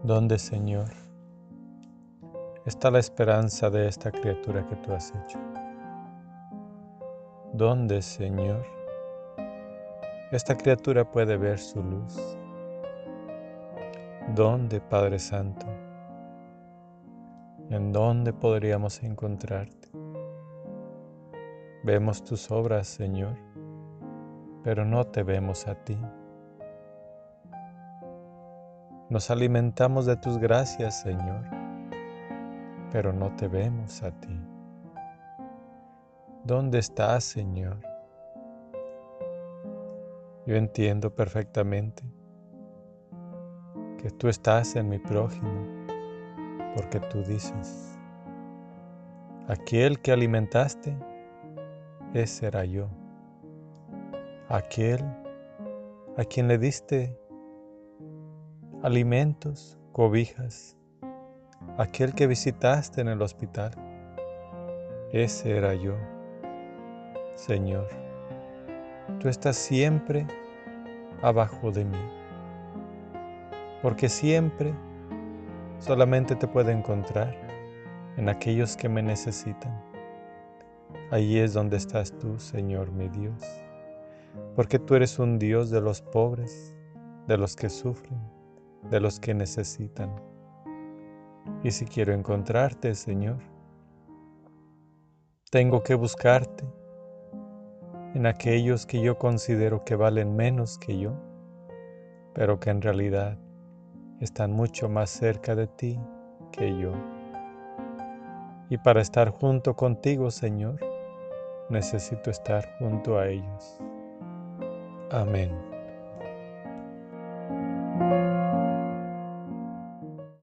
¿Dónde, Señor, está la esperanza de esta criatura que tú has hecho? ¿Dónde, Señor, esta criatura puede ver su luz? ¿Dónde, Padre Santo? ¿En dónde podríamos encontrarte? Vemos tus obras, Señor, pero no te vemos a ti. Nos alimentamos de tus gracias, Señor, pero no te vemos a ti. ¿Dónde estás, Señor? Yo entiendo perfectamente que tú estás en mi prójimo, porque tú dices, aquel que alimentaste, ese era yo. Aquel a quien le diste alimentos, cobijas, aquel que visitaste en el hospital, ese era yo. Señor, tú estás siempre abajo de mí, porque siempre solamente te puedo encontrar en aquellos que me necesitan. Allí es donde estás tú, Señor mi Dios, porque tú eres un Dios de los pobres, de los que sufren, de los que necesitan. Y si quiero encontrarte, Señor, tengo que buscarte en aquellos que yo considero que valen menos que yo, pero que en realidad están mucho más cerca de ti que yo. Y para estar junto contigo, Señor, necesito estar junto a ellos. Amén.